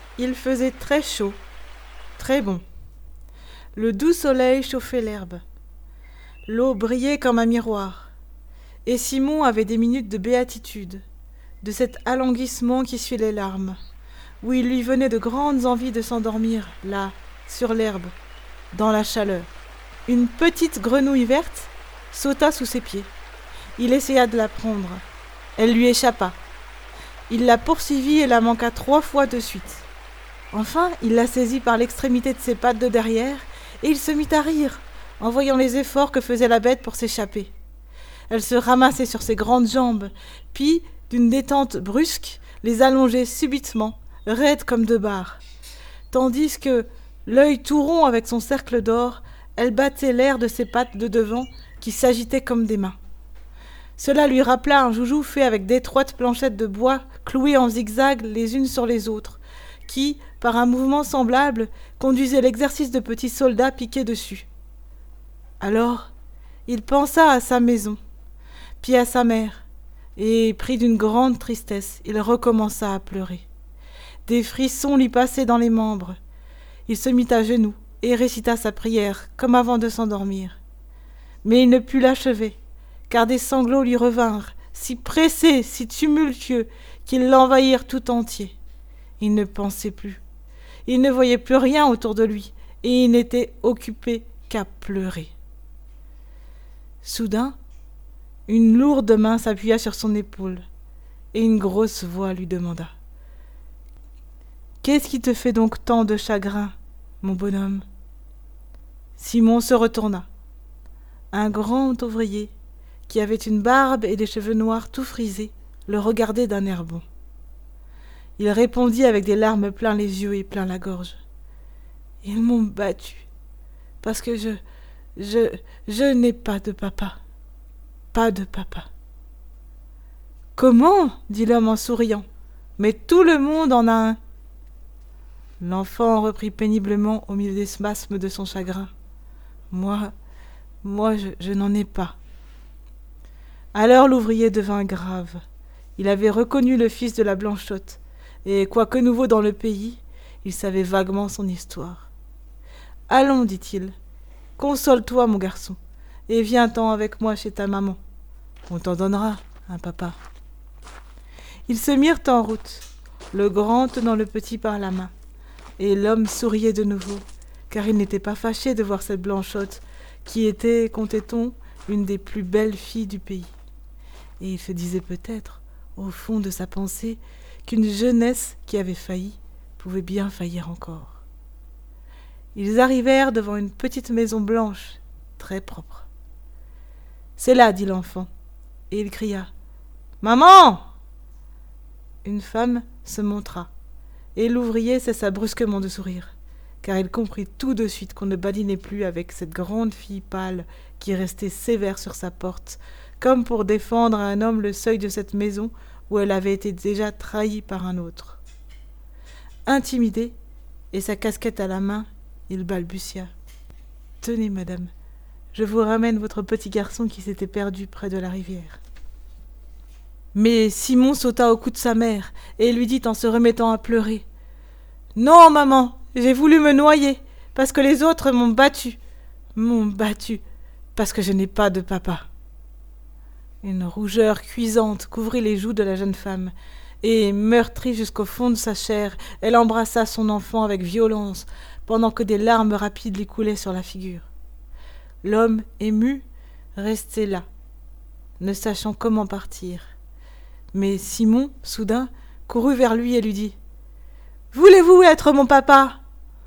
Il faisait très chaud, très bon. Le doux soleil chauffait l'herbe. L'eau brillait comme un miroir. Et Simon avait des minutes de béatitude, de cet alanguissement qui suit les larmes, où il lui venait de grandes envies de s'endormir, là, sur l'herbe, dans la chaleur. Une petite grenouille verte sauta sous ses pieds. Il essaya de la prendre. Elle lui échappa. Il la poursuivit et la manqua 3 fois de suite. Enfin, il la saisit par l'extrémité de ses pattes de derrière, et il se mit à rire, en voyant les efforts que faisait la bête pour s'échapper. Elle se ramassait sur ses grandes jambes, puis, d'une détente brusque, les allongeait subitement, raides comme 2 barres. Tandis que, l'œil tout rond avec son cercle d'or, elle battait l'air de ses pattes de devant, qui s'agitaient comme des mains. Cela lui rappela un joujou fait avec d'étroites planchettes de bois clouées en zigzag les unes sur les autres, qui, par un mouvement semblable, conduisait l'exercice de petits soldats piqués dessus. Alors, il pensa à sa maison, puis à sa mère, et, pris d'une grande tristesse, il recommença à pleurer. Des frissons lui passaient dans les membres. Il se mit à genoux et récita sa prière, comme avant de s'endormir. Mais il ne put l'achever, car des sanglots lui revinrent, si pressés, si tumultueux, qu'ils l'envahirent tout entier. Il ne pensait plus. Il ne voyait plus rien autour de lui, et il n'était occupé qu'à pleurer. Soudain, une lourde main s'appuya sur son épaule, et une grosse voix lui demanda : « Qu'est-ce qui te fait donc tant de chagrin, mon bonhomme ?» Simon se retourna. Un grand ouvrier, qui avait une barbe et des cheveux noirs tout frisés, le regardait d'un air bon. Il répondit avec des larmes plein les yeux et plein la gorge. « Ils m'ont battu, parce que je n'ai pas de papa. Pas de papa. »« Comment ?» dit l'homme en souriant. « Mais tout le monde en a un. » L'enfant reprit péniblement au milieu des spasmes de son chagrin. « Moi, je n'en ai pas. » Alors l'ouvrier devint grave. Il avait reconnu le fils de la Blanchotte, et quoique nouveau dans le pays, il savait vaguement son histoire. « Allons, dit-il, console-toi, mon garçon, et viens-t'en avec moi chez ta maman. On t'en donnera, un papa. » Ils se mirent en route, le grand tenant le petit par la main, et l'homme souriait de nouveau, car il n'était pas fâché de voir cette Blanchotte, qui était, comptait-on, une des plus belles filles du pays. Et il se disait peut-être, au fond de sa pensée, qu'une jeunesse qui avait failli pouvait bien faillir encore. Ils arrivèrent devant une petite maison blanche, très propre. « C'est là, dit l'enfant, et il cria « Maman !» Une femme se montra, et l'ouvrier cessa brusquement de sourire, car il comprit tout de suite qu'on ne badinait plus avec cette grande fille pâle qui restait sévère sur sa porte, comme pour défendre à un homme le seuil de cette maison où elle avait été déjà trahie par un autre. Intimidé, et sa casquette à la main, il balbutia. « Tenez, madame, je vous ramène votre petit garçon qui s'était perdu près de la rivière. » Mais Simon sauta au cou de sa mère et lui dit en se remettant à pleurer : « Non, maman, j'ai voulu me noyer, parce que les autres m'ont battu, parce que je n'ai pas de papa. » Une rougeur cuisante couvrit les joues de la jeune femme, et, meurtrie jusqu'au fond de sa chair, elle embrassa son enfant avec violence, pendant que des larmes rapides lui coulaient sur la figure. L'homme, ému, restait là, ne sachant comment partir. Mais Simon, soudain, courut vers lui et lui dit : « Voulez-vous être mon papa ?